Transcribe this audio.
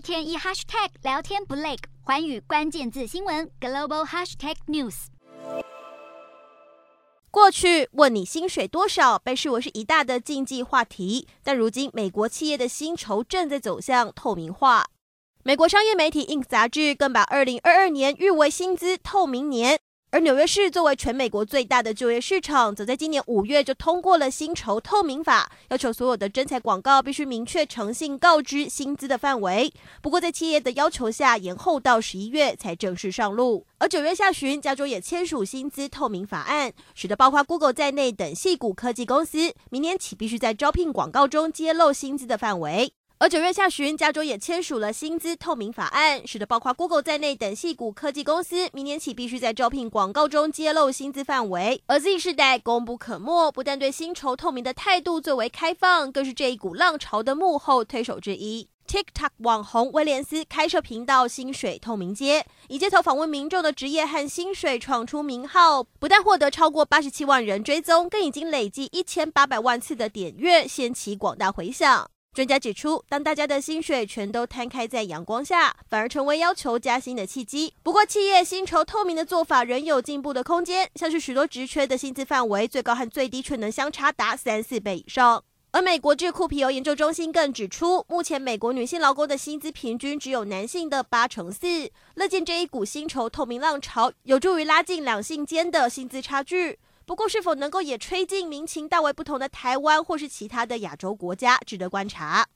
天一 hashtag 聊天不累，寰宇关键字新闻 global hashtag news。 过去问你薪水多少被视为是一大的禁忌话题，但如今美国企业的薪酬正在走向透明化。美国商业媒体 Inc 杂志更把2022年誉为薪资透明年，而纽约市作为全美国最大的就业市场，则在今年5月就通过了薪酬透明法，要求所有的征才广告必须明确诚信告知薪资的范围。不过在企业的要求下，延后到11月才正式上路。而9月下旬，加州也签署薪资透明法案，使得包括 Google 在内等矽谷科技公司明年起必须在招聘广告中揭露薪资的范围。而9月下旬，加州也签署了薪资透明法案，使得包括 Google 在内等矽谷科技公司明年起必须在招聘广告中揭露薪资范围。而 Z 世代功不可没，不但对薪酬透明的态度最为开放，更是这一股浪潮的幕后推手之一。TikTok 网红威廉斯开设频道薪水透明街，以街头访问民众的职业和薪水闯出名号，不但获得超过87万人追踪，更已经累计1800万次的点阅，掀起广大回响。专家指出，当大家的薪水全都摊开在阳光下，反而成为要求加薪的契机。不过企业薪酬透明的做法仍有进步的空间，像是许多职缺的薪资范围最高和最低却能相差达3-4倍以上。而美国智库皮尤研究中心更指出，目前美国女性劳工的薪资平均只有男性的4%，乐见这一股薪酬透明浪潮有助于拉近两性间的薪资差距。不过是否能够也吹进民情大为不同的台湾或是其他的亚洲国家，值得观察。